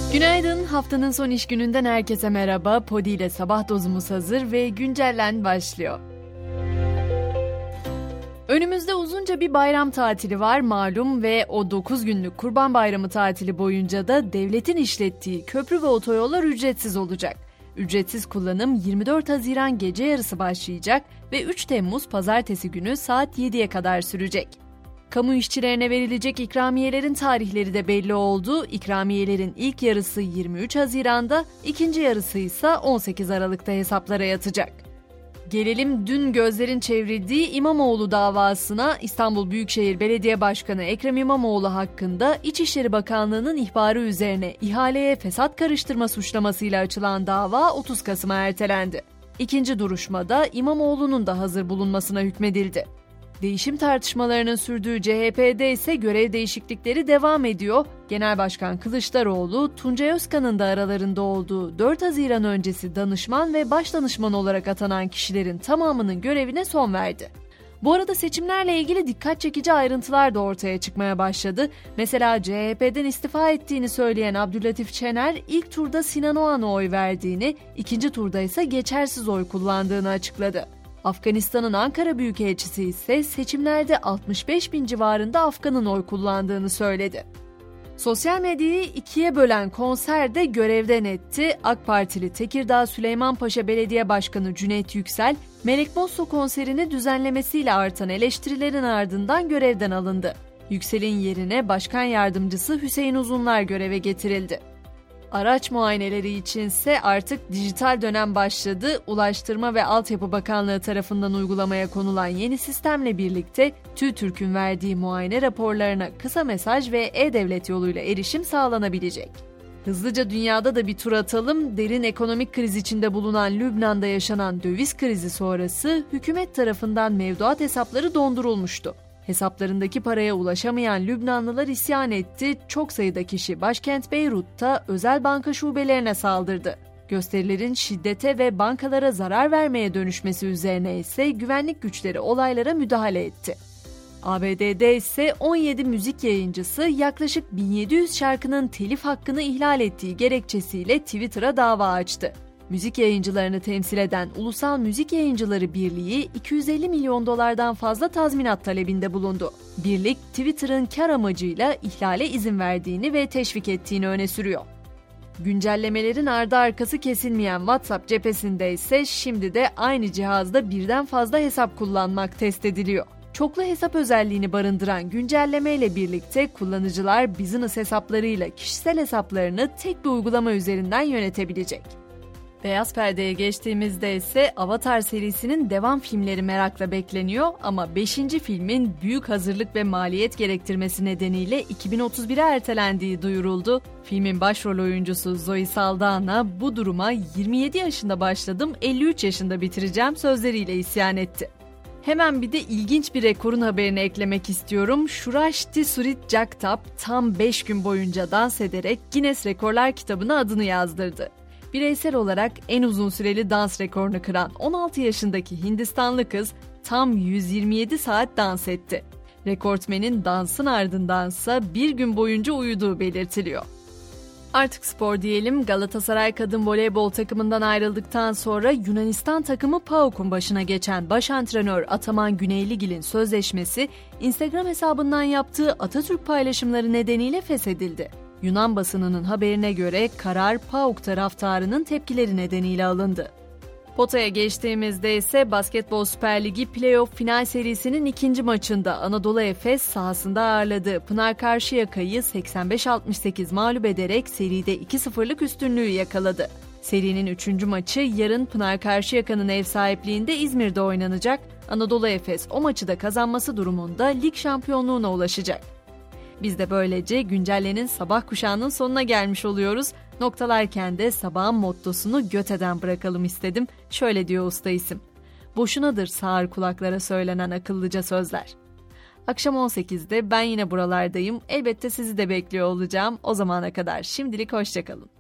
Günaydın, haftanın son iş gününden herkese merhaba. Podi ile sabah dozumuz hazır ve Güncellen başlıyor. Önümüzde uzunca bir bayram tatili var malum ve o 9 günlük Kurban Bayramı tatili boyunca da devletin işlettiği köprü ve otoyollar ücretsiz olacak. Ücretsiz kullanım 24 Haziran gece yarısı başlayacak ve 3 Temmuz pazartesi günü saat 7'ye kadar sürecek. Kamu işçilerine verilecek ikramiyelerin tarihleri de belli oldu. İkramiyelerin ilk yarısı 23 Haziran'da, ikinci yarısı ise 18 Aralık'ta hesaplara yatacak. Gelelim dün gözlerin çevrildiği İmamoğlu davasına. İstanbul Büyükşehir Belediye Başkanı Ekrem İmamoğlu hakkında İçişleri Bakanlığı'nın ihbarı üzerine ihaleye fesat karıştırma suçlamasıyla açılan dava 30 Kasım'a ertelendi. İkinci duruşmada İmamoğlu'nun da hazır bulunmasına hükmedildi. Değişim tartışmalarının sürdüğü CHP'de ise görev değişiklikleri devam ediyor. Genel Başkan Kılıçdaroğlu, Tuncay Özkan'ın da aralarında olduğu 4 Haziran öncesi danışman ve başdanışman olarak atanan kişilerin tamamının görevine son verdi. Bu arada seçimlerle ilgili dikkat çekici ayrıntılar da ortaya çıkmaya başladı. Mesela CHP'den istifa ettiğini söyleyen Abdüllatif Şener ilk turda Sinan Oğan'a oy verdiğini, ikinci turda ise geçersiz oy kullandığını açıkladı. Afganistan'ın Ankara Büyükelçisi ise seçimlerde 65 bin civarında Afgan'ın oy kullandığını söyledi. Sosyal medyayı ikiye bölen konser de görevden etti. AK Partili Tekirdağ Süleymanpaşa Belediye Başkanı Cüneyt Yüksel, Melek Mosso konserini düzenlemesiyle artan eleştirilerin ardından görevden alındı. Yüksel'in yerine Başkan Yardımcısı Hüseyin Uzunlar göreve getirildi. Araç muayeneleri içinse artık dijital dönem başladı. Ulaştırma ve Altyapı Bakanlığı tarafından uygulamaya konulan yeni sistemle birlikte TÜİTÜRK'ün verdiği muayene raporlarına kısa mesaj ve e-devlet yoluyla erişim sağlanabilecek. Hızlıca dünyada da bir tur atalım. Derin ekonomik kriz içinde bulunan Lübnan'da yaşanan döviz krizi sonrası hükümet tarafından mevduat hesapları dondurulmuştu. Hesaplarındaki paraya ulaşamayan Lübnanlılar isyan etti. Çok sayıda kişi başkent Beyrut'ta özel banka şubelerine saldırdı. Gösterilerin şiddete ve bankalara zarar vermeye dönüşmesi üzerine ise güvenlik güçleri olaylara müdahale etti. ABD'de ise 17 müzik yayıncısı yaklaşık 1700 şarkının telif hakkını ihlal ettiği gerekçesiyle Twitter'a dava açtı. Müzik yayıncılarını temsil eden Ulusal Müzik Yayıncıları Birliği 250 milyon dolardan fazla tazminat talebinde bulundu. Birlik, Twitter'ın kar amacıyla ihlale izin verdiğini ve teşvik ettiğini öne sürüyor. Güncellemelerin ardı arkası kesilmeyen WhatsApp cephesinde ise şimdi de aynı cihazda birden fazla hesap kullanmak test ediliyor. Çoklu hesap özelliğini barındıran güncellemeyle birlikte kullanıcılar business hesaplarıyla kişisel hesaplarını tek bir uygulama üzerinden yönetebilecek. Beyaz perdeye geçtiğimizde ise Avatar serisinin devam filmleri merakla bekleniyor ama 5. filmin büyük hazırlık ve maliyet gerektirmesi nedeniyle 2031'e ertelendiği duyuruldu. Filmin başrol oyuncusu Zoe Saldana bu duruma 27 yaşında başladım, 53 yaşında bitireceğim sözleriyle isyan etti. Hemen bir de ilginç bir rekorun haberini eklemek istiyorum. Shurashti Surit Jagtap tam 5 gün boyunca dans ederek Guinness Rekorlar kitabına adını yazdırdı. Bireysel olarak en uzun süreli dans rekorunu kıran 16 yaşındaki Hindistanlı kız tam 127 saat dans etti. Rekortmenin dansın ardındansa bir gün boyunca uyuduğu belirtiliyor. Artık spor diyelim. Galatasaray kadın voleybol takımından ayrıldıktan sonra Yunanistan takımı PAOK'un başına geçen baş antrenör Ataman Güneyligil'in sözleşmesi Instagram hesabından yaptığı Atatürk paylaşımları nedeniyle feshedildi. Yunan basınının haberine göre karar PAOK taraftarının tepkileri nedeniyle alındı. Potaya geçtiğimizde ise Basketbol Süper Ligi Playoff final serisinin ikinci maçında Anadolu Efes sahasında ağırladığı Pınar Karşıyaka'yı 85-68 mağlup ederek seride 2-0'lık üstünlüğü yakaladı. Serinin 3. maçı yarın Pınar Karşıyaka'nın ev sahipliğinde İzmir'de oynanacak. Anadolu Efes o maçı da kazanması durumunda lig şampiyonluğuna ulaşacak. Biz de böylece Güncelle'nin sabah kuşağının sonuna gelmiş oluyoruz. Noktalarken de sabahın mottosunu göteden bırakalım istedim. Şöyle diyor usta isim: boşunadır sağır kulaklara söylenen akıllıca sözler. Akşam 18'de ben yine buralardayım. Elbette sizi de bekliyor olacağım. O zamana kadar şimdilik hoşça kalın.